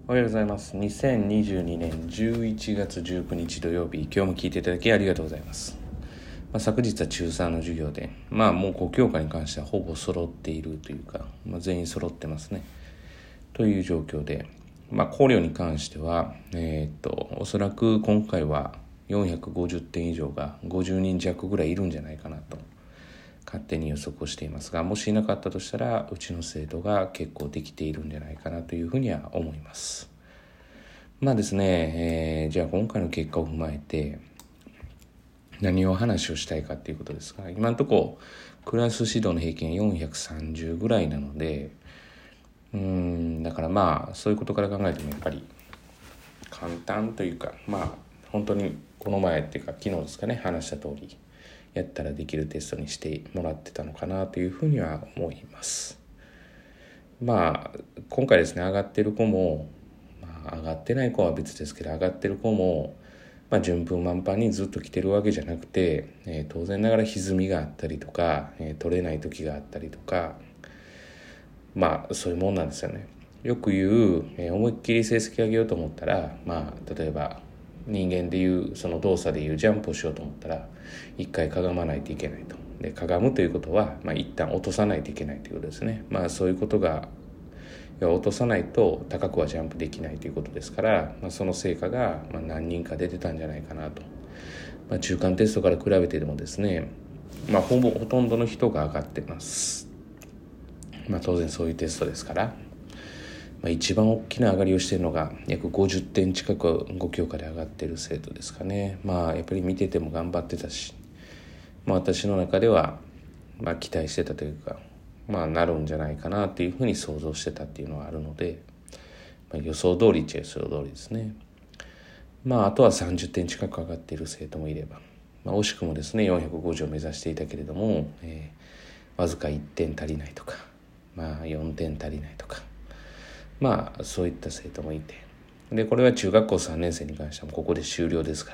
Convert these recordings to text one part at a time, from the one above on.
おはようございます。2022年11月19日土曜日、今日も聞いていただきありがとうございます。昨日は中3の授業で、もう5教科に関してはほぼ揃っているというか、全員揃ってますね。という状況で、考慮に関しては、おそらく今回は450点以上が50人弱ぐらいいるんじゃないかなと勝手に予測をしていますが、もしいなかったとしたらうちの生徒が結構できているんじゃないかなというふうには思います。ですね、じゃあ今回の結果を踏まえて何を話をしたいかっていうことですが、今のところクラス指導の平均430ぐらいなので、だからそういうことから考えてもやっぱり簡単というか、本当にこの前っていうか昨日ですかね、話した通りやったらできるテストにしてもらってたのかなというふうには思います。今回ですね、上がってる子も、上がってない子は別ですけど、上がってる子も、順風満帆にずっと来てるわけじゃなくて、当然ながら歪みがあったりとか、取れない時があったりとか、そういうもんなんですよね。よく言う、思いっきり成績上げようと思ったら、例えば人間でいうその動作でいうジャンプをしようと思ったら一回かがまないといけないと。で、かがむということは、一旦落とさないといけないということですね。そういうことが落とさないと高くはジャンプできないということですから、その成果が何人か出てたんじゃないかなと。中間テストから比べてでもですね、ほとんどの人が上がってます。当然そういうテストですから、一番大きな上がりをしているのが約50点近く5教科で上がっている生徒ですかね。やっぱり見てても頑張ってたし、私の中では期待してたというか、なるんじゃないかなっていうふうに想像してたっていうのはあるので、予想通りっちゃ予想通りですね。あとは30点近く上がっている生徒もいれば、惜しくもですね450を目指していたけれども、わずか1点足りないとか、4点足りないとか、そういった生徒もいて、でこれは中学校3年生に関してもここで終了ですから、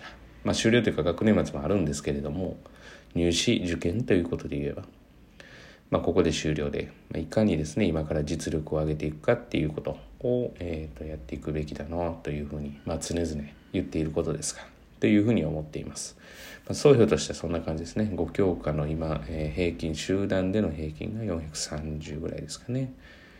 終了というか学年末もあるんですけれども、入試受験ということで言えば、ここで終了で、いかにですね今から実力を上げていくかっていうことを、やっていくべきだなというふうに、常々言っていることですがというふうに思っています。総評としてはそんな感じですね。5教科の今、平均集団での平均が430ぐらいですかね。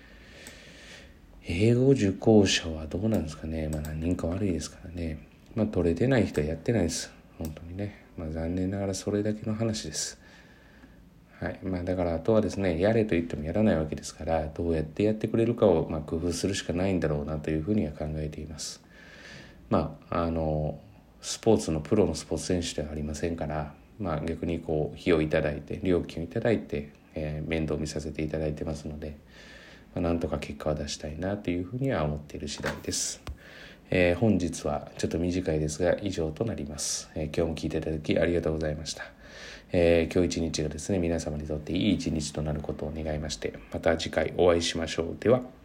英語受講者はどうなんですかね。何人か悪いですからね。取れてない人はやってないです。本当にね。残念ながらそれだけの話です。はい。だからあとはですね、やれと言ってもやらないわけですから、どうやってやってくれるかを工夫するしかないんだろうなというふうには考えています。スポーツのプロのスポーツ選手ではありませんから、逆に費用いただいて料金をいただいて、面倒見させていただいてますので、なんとか結果を出したいなというふうには思っている次第です。本日はちょっと短いですが以上となります。今日も聞いていただきありがとうございました。今日一日がですね皆様にとっていい一日となることを願いまして、また次回お会いしましょう。では。